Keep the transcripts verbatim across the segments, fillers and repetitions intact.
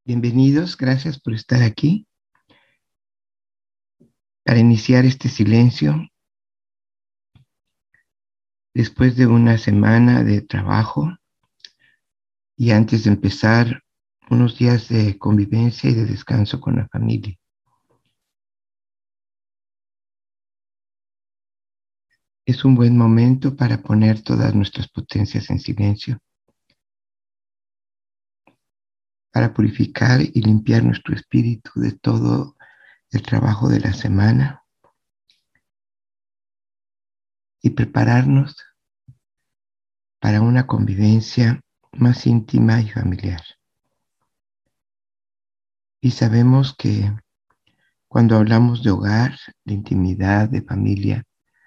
Bienvenidos, gracias por estar aquí para iniciar este silencio después de una semana de trabajo y antes de empezar unos días de convivencia y de descanso con la familia. Es un buen momento para poner todas nuestras potencias en silencio, para purificar y limpiar nuestro espíritu de todo el trabajo de la semana y prepararnos para una convivencia más íntima y familiar. Y sabemos que cuando hablamos de hogar, de intimidad, de familia,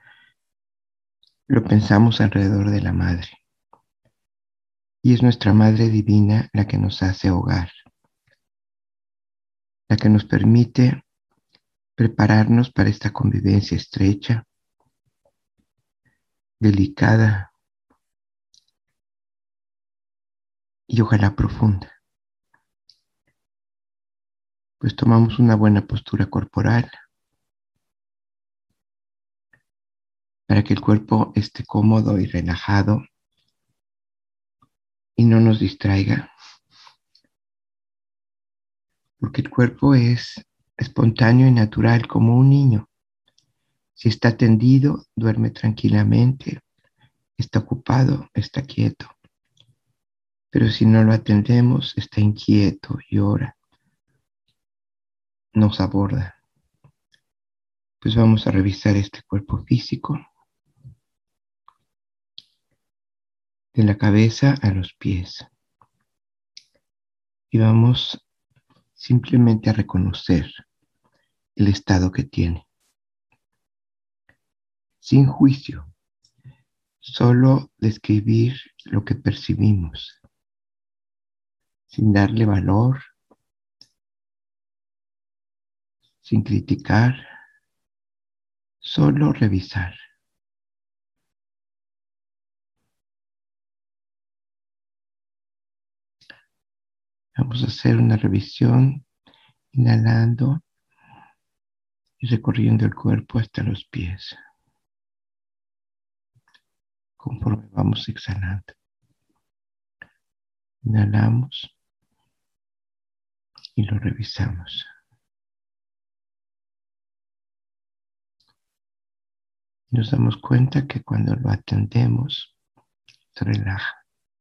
lo pensamos alrededor de la madre. Y es nuestra Madre Divina la que nos hace hogar, la que nos permite prepararnos para esta convivencia estrecha, delicada y ojalá profunda. Pues tomamos una buena postura corporal para que el cuerpo esté cómodo y relajado y no nos distraiga, porque el cuerpo es espontáneo y natural como un niño. Si está tendido, duerme tranquilamente, está ocupado, está quieto. Pero si no lo atendemos, está inquieto, llora, nos aborda. Pues vamos a revisar este cuerpo físico, de la cabeza a los pies. Y vamos simplemente a reconocer el estado que tiene, sin juicio, solo describir lo que percibimos, sin darle valor, sin criticar, solo revisar. Vamos a hacer una revisión inhalando y recorriendo el cuerpo hasta los pies, conforme vamos exhalando. Inhalamos y lo revisamos. Nos damos cuenta que cuando lo atendemos, se relaja,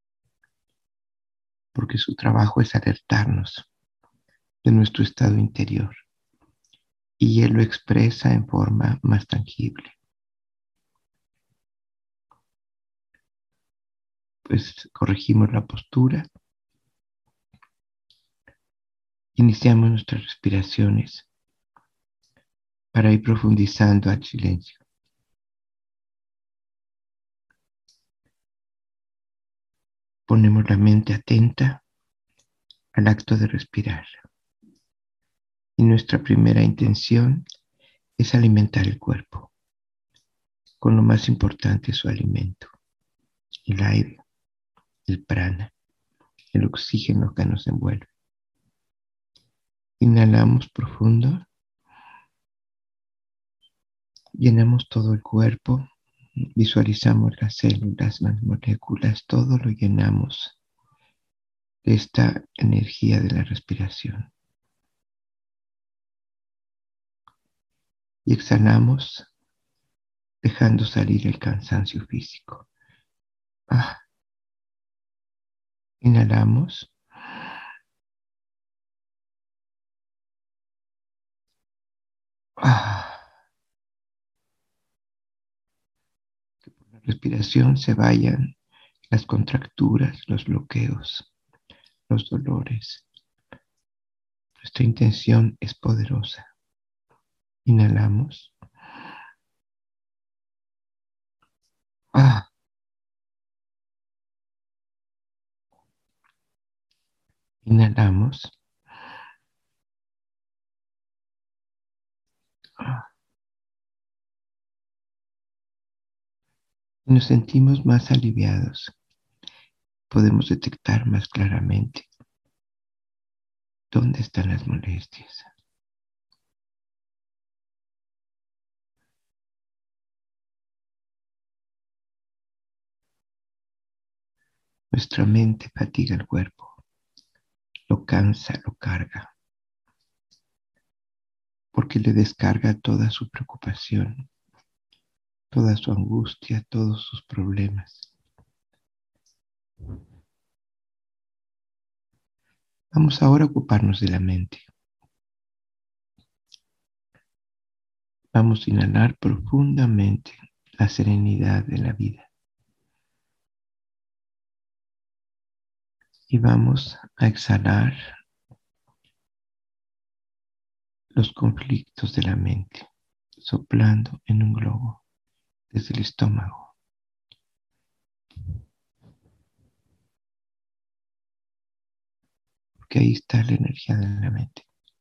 porque su trabajo es alertarnos de nuestro estado interior y él lo expresa en forma más tangible. Pues corregimos la postura, iniciamos nuestras respiraciones para ir profundizando al silencio. Ponemos la mente atenta al acto de respirar. Y nuestra primera intención es alimentar el cuerpo con lo más importante, su alimento, el aire, el prana, el oxígeno que nos envuelve. Inhalamos profundo, llenamos todo el cuerpo, visualizamos las células, las moléculas, todo lo llenamos de esta energía de la respiración. Y exhalamos, dejando salir el cansancio físico. Ah. Inhalamos. Ah. Que por la respiración se vayan las contracturas, los bloqueos, los dolores. Nuestra intención es poderosa. Inhalamos. Ah. Inhalamos. Ah. Y nos sentimos más aliviados. Podemos detectar más claramente ¿Dónde están las molestias? Nuestra mente fatiga el cuerpo, lo cansa, lo carga, porque le descarga toda su preocupación, toda su angustia, todos sus problemas. Vamos ahora a ocuparnos de la mente. Vamos a inhalar profundamente la serenidad de la vida. Y vamos a exhalar los conflictos de la mente, soplando en un globo desde el estómago. Porque ahí está la energía de la mente.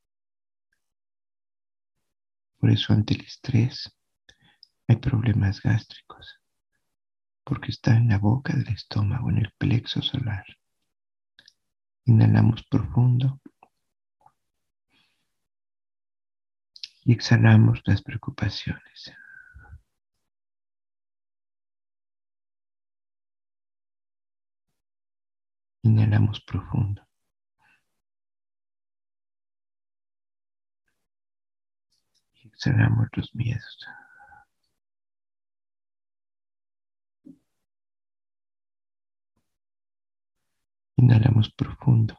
Por eso ante el estrés hay problemas gástricos, porque está en la boca del estómago, en el plexo solar. Inhalamos profundo y exhalamos las preocupaciones. Inhalamos profundo y exhalamos los miedos. Inhalamos profundo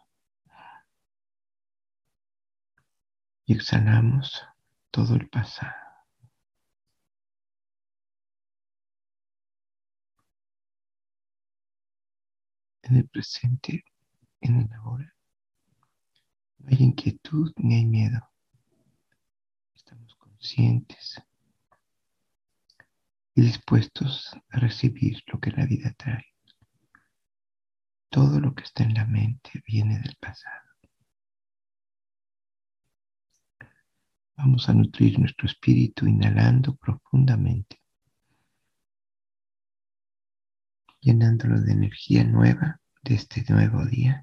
y exhalamos todo el pasado. En el presente, en el ahora, no hay inquietud ni hay miedo. Estamos conscientes y dispuestos a recibir lo que la vida trae. Todo lo que está en la mente viene del pasado. Vamos a nutrir nuestro espíritu inhalando profundamente, llenándolo de energía nueva de este nuevo día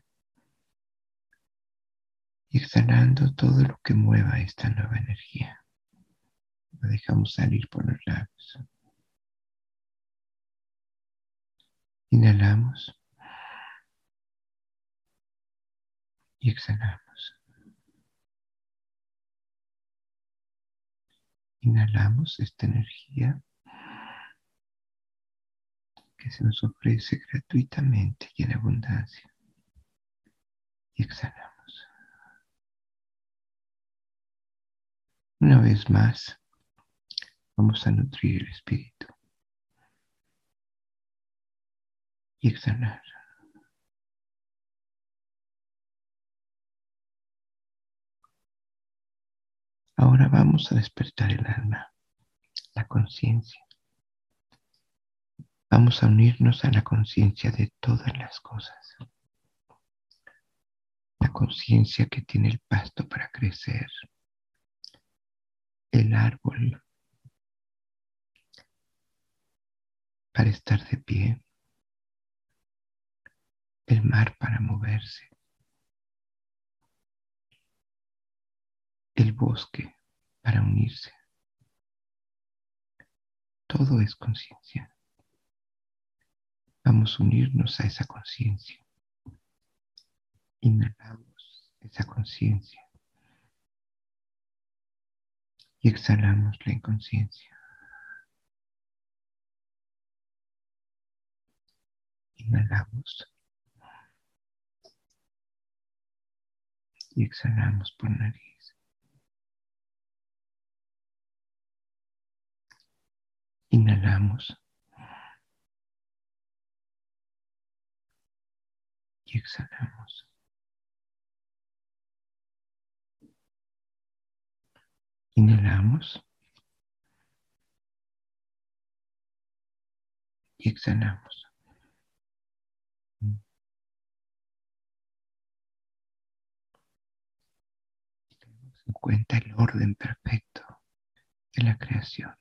y exhalando todo lo que mueva esta nueva energía. Lo dejamos salir por los labios. Inhalamos y exhalamos. Inhalamos esta energía que se nos ofrece gratuitamente y en abundancia. Y exhalamos. Una vez más, vamos a nutrir el espíritu y exhalar. Ahora vamos a despertar el alma, la conciencia. Vamos a unirnos a la conciencia de todas las cosas. La conciencia que tiene el pasto para crecer, el árbol para estar de pie, el mar para moverse, el bosque para unirse. Todo es conciencia. Vamos a unirnos a esa conciencia. Inhalamos esa conciencia y exhalamos la inconsciencia. Inhalamos y exhalamos por nariz. Inhalamos y exhalamos. Inhalamos y exhalamos. Tenemos en cuenta el orden perfecto de la creación.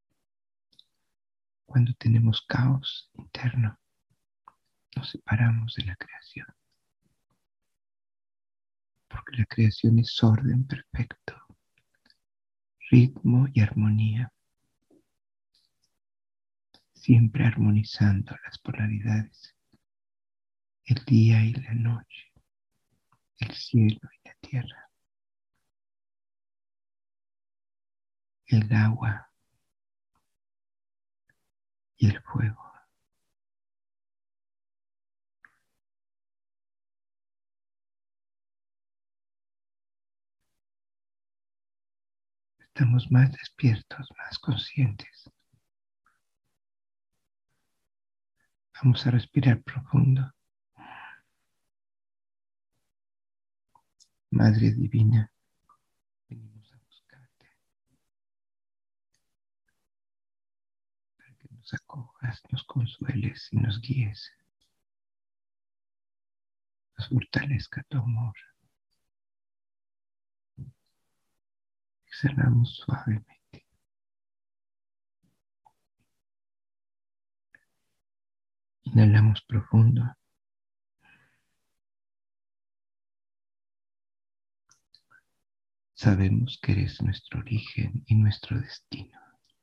Cuando tenemos caos interno, nos separamos de la creación. porque la creación es orden perfecto, ritmo y armonía, siempre armonizando las polaridades, el día y la noche, el cielo y la tierra, el agua y el fuego. Estamos más despiertos, más conscientes. Vamos a respirar profundo. Madre Divina, venimos a buscarte para que nos acojas, nos consueles y nos guíes. Nos fortalezca tu amor. Exhalamos suavemente. Inhalamos profundo. Sabemos que eres nuestro origen y nuestro destino.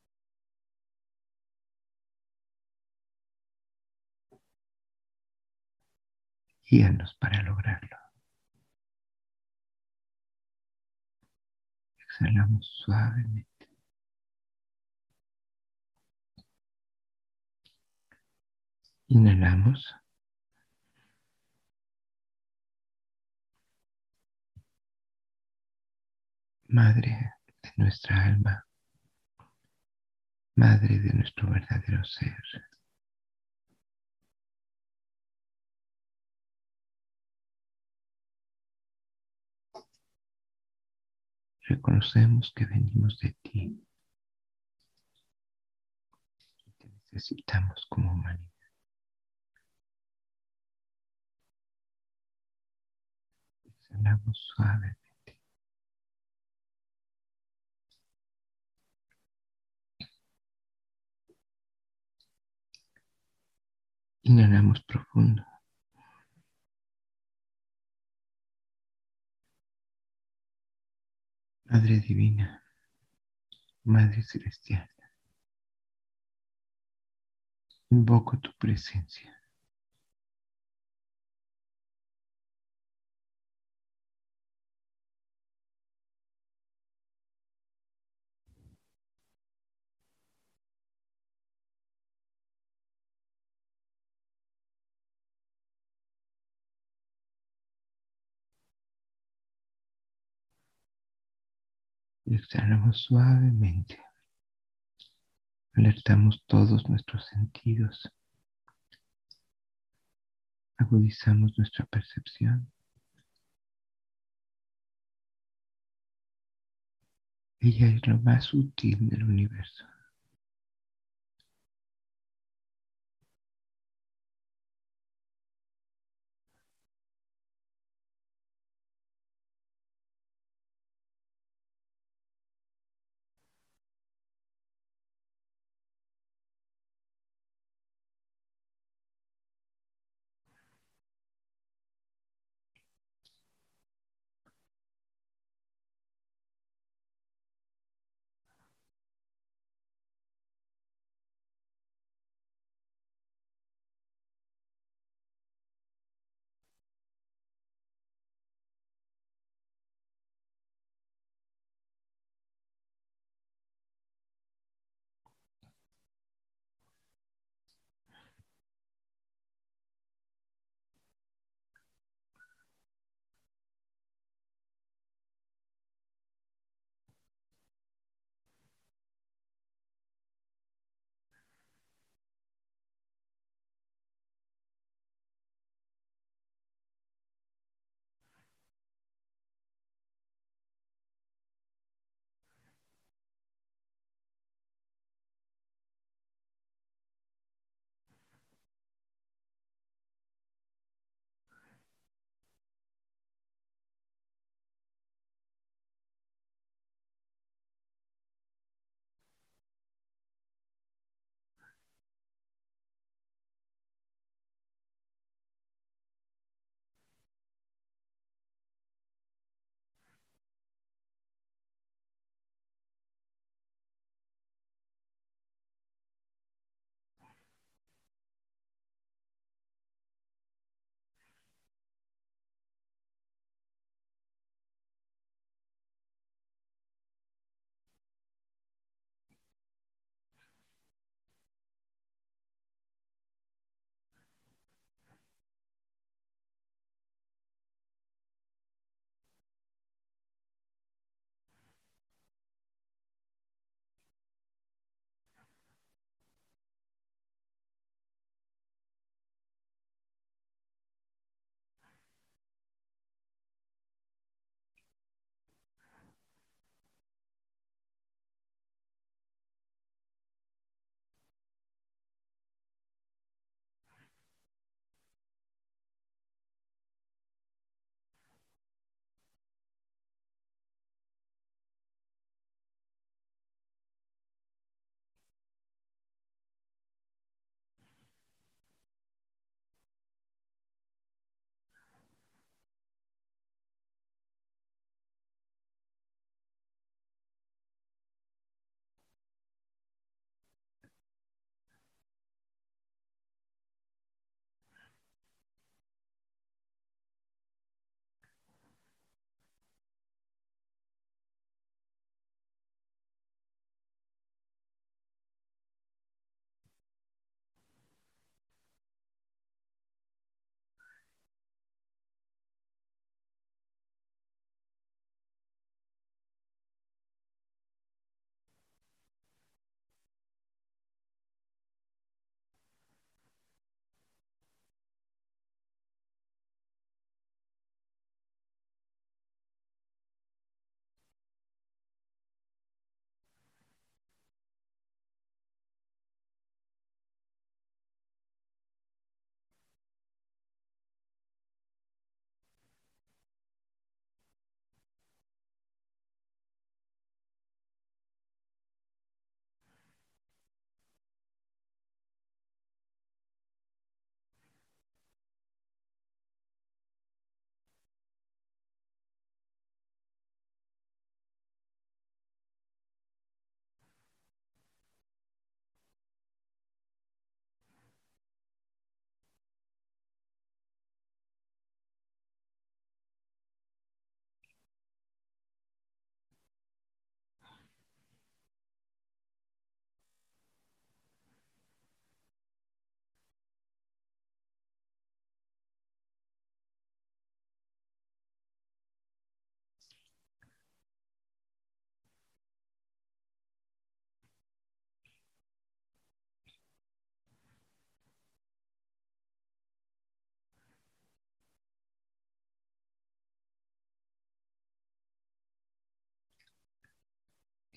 Guíanos para lograrlo. Exhalamos suavemente. Inhalamos. Madre de nuestra alma, Madre de nuestro verdadero ser. Reconocemos que venimos de ti y te necesitamos como humanidad. Exhalamos suavemente. Inhalamos profundo. Madre Divina, Madre Celestial, invoco tu presencia. Y exhalamos suavemente. Alertamos todos nuestros sentidos. Agudizamos nuestra percepción. Ella es lo más sutil del universo.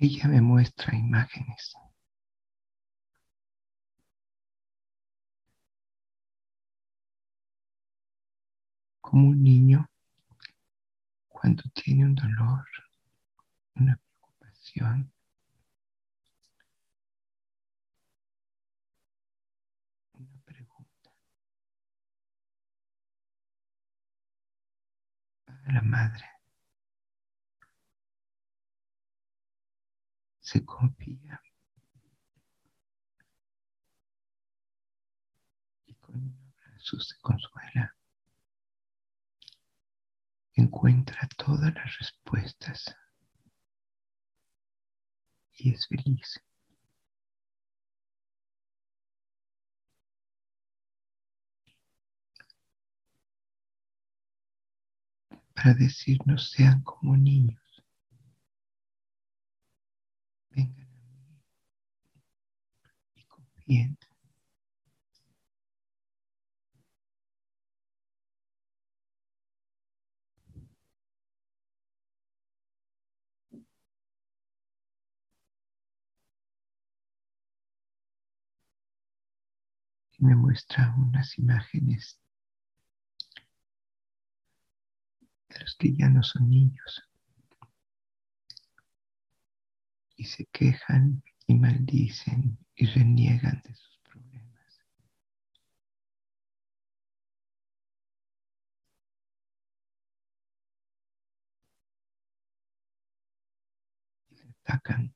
Ella me muestra imágenes, como un niño cuando tiene un dolor, una preocupación, una pregunta. A la madre se confía y con un abrazo se consuela. Encuentra todas las respuestas y es feliz. Para decirnos: sean como niños, vengan a mí y confíen. Y me muestra unas imágenes de los que ya no son niños y se quejan y maldicen y reniegan de sus problemas y se atacan,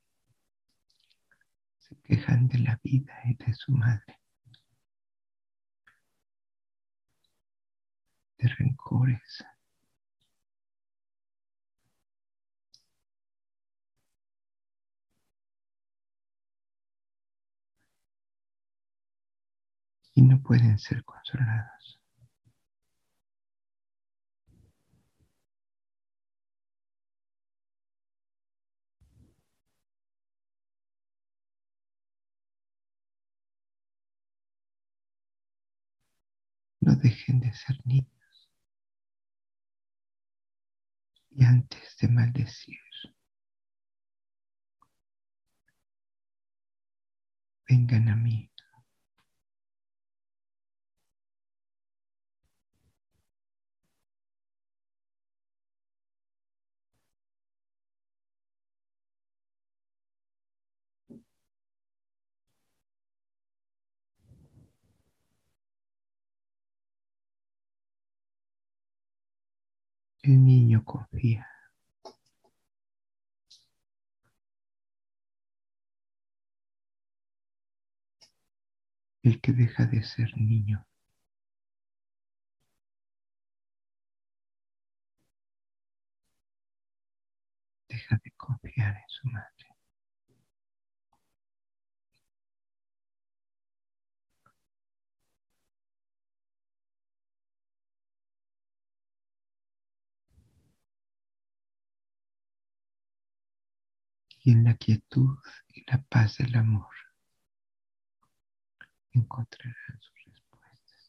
se quejan de la vida y de su madre, de rencores. Y no pueden ser consolados. No dejen de ser niños. Y antes de maldecir, vengan a mí. El niño confía. El que deja de ser niño deja de confiar en su madre. Y en la quietud y la paz del amor encontrarán sus respuestas.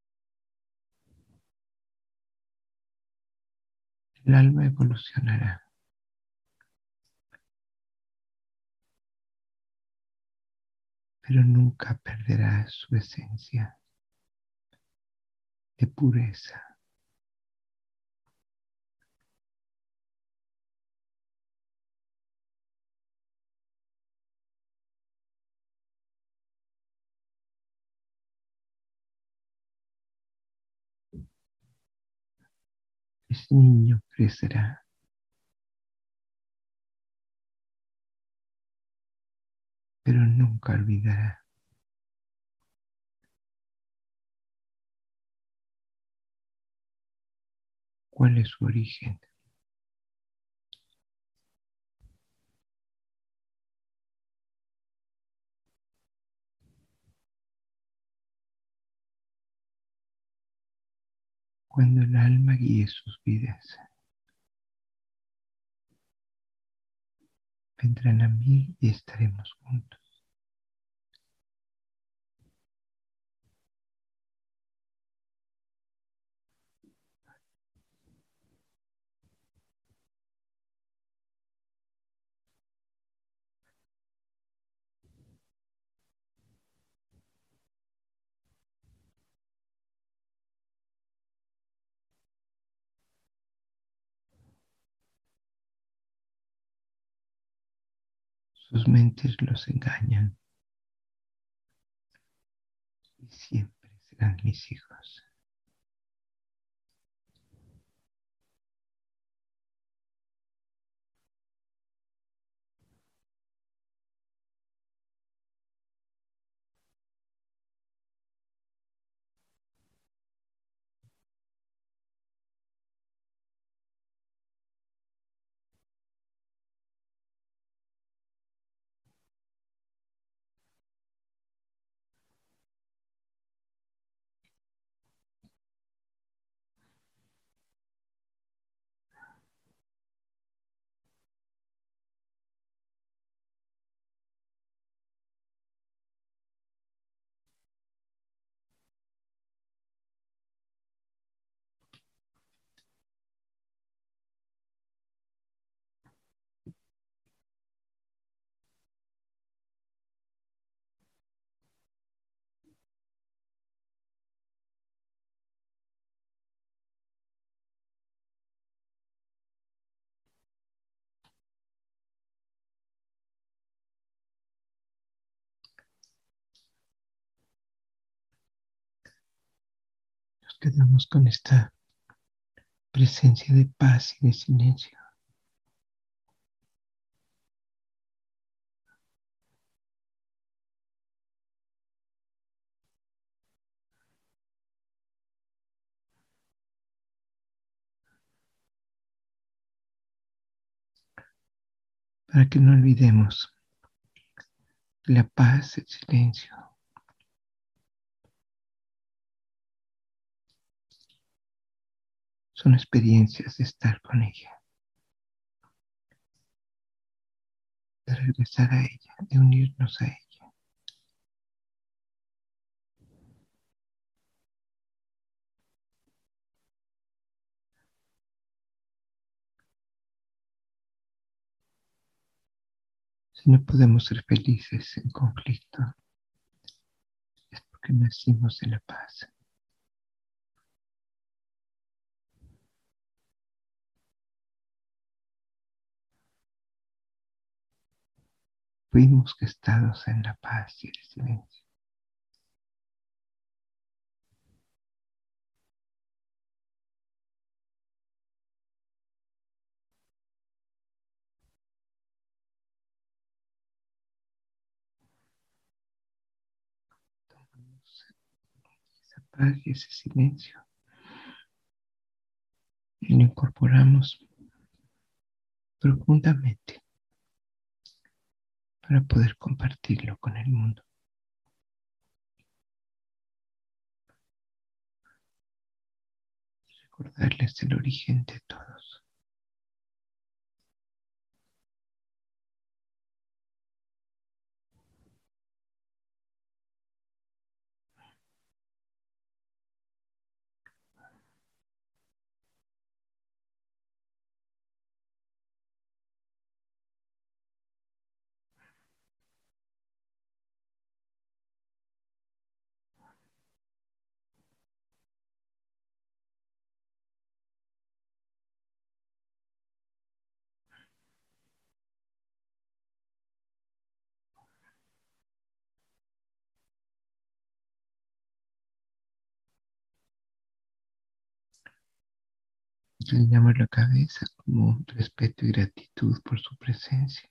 El alma evolucionará pero nunca perderá su esencia de pureza. Ese niño crecerá, pero nunca olvidará cuál es su origen. Cuando el alma guíe sus vidas, vendrán a mí y estaremos juntos. Sus mentes los engañan y siempre serán mis hijos. Nos quedamos con esta presencia de paz y de silencio para que no olvidemos que la paz, el silencio, son experiencias de estar con ella, de regresar a ella, de unirnos a ella. Si no podemos ser felices en conflicto, es porque nacimos de la paz. Fuimos gestados en la paz y el silencio. Tomamos esa paz y ese silencio y lo incorporamos profundamente para poder compartirlo con el mundo. Recordarles el origen de todos. Inclinamos la cabeza como respeto y gratitud por su presencia.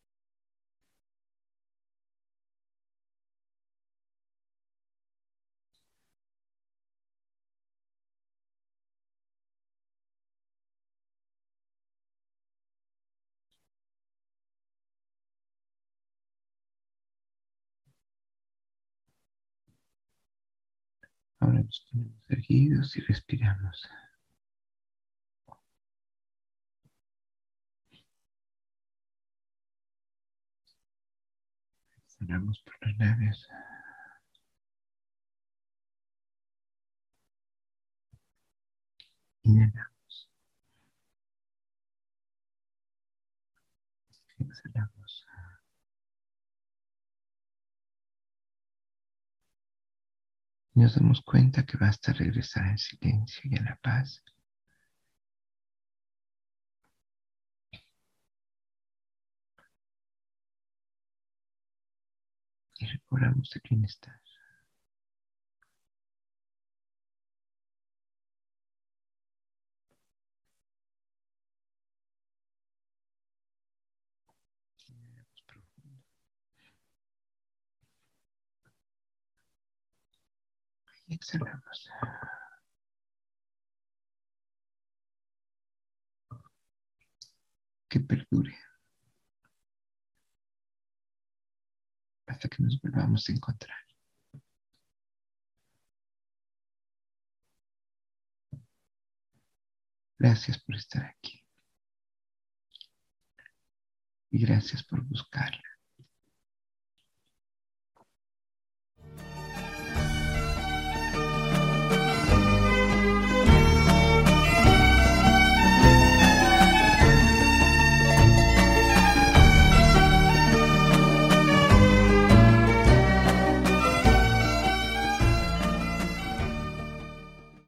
Ahora nos ponemos erguidos y respiramos. Exhalamos por los labios. Inhalamos. Exhalamos. Y nos damos cuenta que basta regresar al silencio y a la paz. Y recobramos el bienestar. Inhalamos profundo. Y exhalamos. Que perdure hasta que nos volvamos a encontrar. Gracias por estar aquí. Y gracias por buscarla.